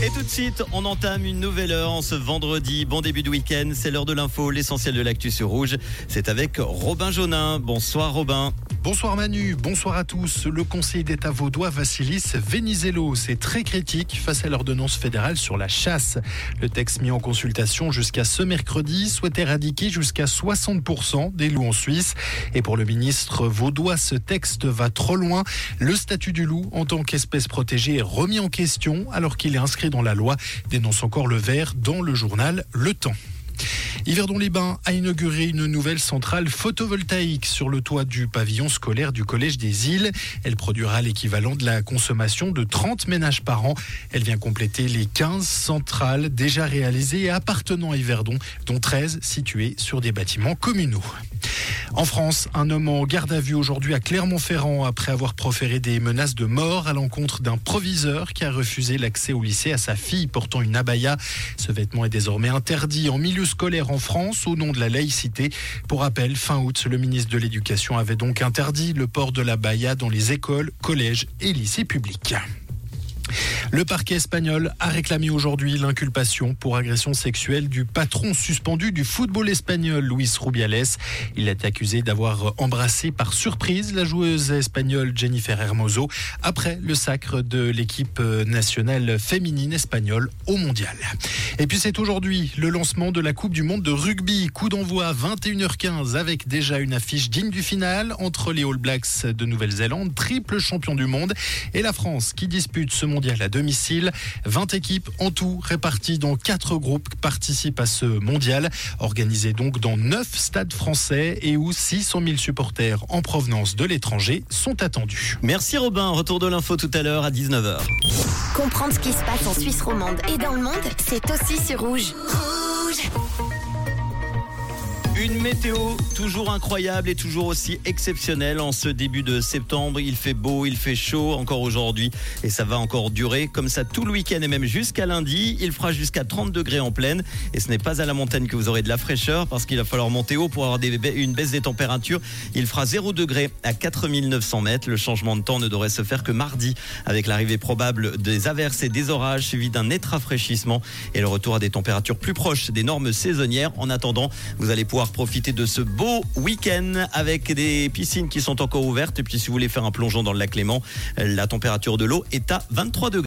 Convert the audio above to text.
Et tout de suite, on entame une nouvelle heure en ce vendredi. Bon début de week-end, c'est l'heure de l'info, l'essentiel de l'actu sur Rouge. C'est avec Robin Jaunin. Bonsoir Robin. Bonsoir Manu, bonsoir à tous. Le conseiller d'État vaudois Vassilis Venizelos est très critique face à l'ordonnance fédérale sur la chasse. Le texte mis en consultation jusqu'à ce mercredi souhaite éradiquer jusqu'à 60% des loups en Suisse. Et pour le ministre vaudois, ce texte va trop loin. Le statut du loup en tant qu'espèce protégée est remis en question alors qu'il est inscrit dans la loi, dénonce encore le Vert dans le journal Le Temps. Yverdon-les-Bains a inauguré une nouvelle centrale photovoltaïque sur le toit du pavillon scolaire du Collège des Îles. Elle produira l'équivalent de la consommation de 30 ménages par an. Elle vient compléter les 15 centrales déjà réalisées et appartenant à Yverdon, dont 13 situées sur des bâtiments communaux. En France, un homme en garde à vue aujourd'hui à Clermont-Ferrand après avoir proféré des menaces de mort à l'encontre d'un proviseur qui a refusé l'accès au lycée à sa fille portant une abaya. Ce vêtement est désormais interdit en milieu scolaire en France au nom de la laïcité. Pour rappel, fin août, le ministre de l'Éducation avait donc interdit le port de l'abaya dans les écoles, collèges et lycées publics. Le parquet espagnol a réclamé aujourd'hui l'inculpation pour agression sexuelle du patron suspendu du football espagnol, Luis Rubiales. Il est accusé d'avoir embrassé par surprise la joueuse espagnole Jennifer Hermoso après le sacre de l'équipe nationale féminine espagnole au mondial. Et puis c'est aujourd'hui le lancement de la Coupe du Monde de rugby. Coup d'envoi à 21h15 avec déjà une affiche digne du final entre les All Blacks de Nouvelle-Zélande, triple champion du monde, et la France qui dispute ce mondial à domicile. 20 équipes en tout réparties dans 4 groupes participent à ce mondial, organisé donc dans 9 stades français et où 600 000 supporters en provenance de l'étranger sont attendus. Merci Robin, retour de l'info tout à l'heure à 19h. Comprendre ce qui se passe en Suisse romande et dans le monde, c'est aussi sur Rouge. Rouge. Une météo toujours incroyable et toujours aussi exceptionnelle en ce début de septembre. Il fait beau, il fait chaud encore aujourd'hui et ça va encore durer comme ça tout le week-end et même jusqu'à lundi. Il fera jusqu'à 30 degrés en plaine et ce n'est pas à la montagne que vous aurez de la fraîcheur parce qu'il va falloir monter haut pour avoir une baisse des températures. Il fera 0 degré à 4900 mètres. Le changement de temps ne devrait se faire que mardi avec l'arrivée probable des averses et des orages suivi d'un net rafraîchissement et le retour à des températures plus proches des normes saisonnières. En attendant, vous allez pouvoir profiter de ce beau week-end avec des piscines qui sont encore ouvertes. Et puis si vous voulez faire un plongeon dans le lac Léman, la température de l'eau est à 23 degrés.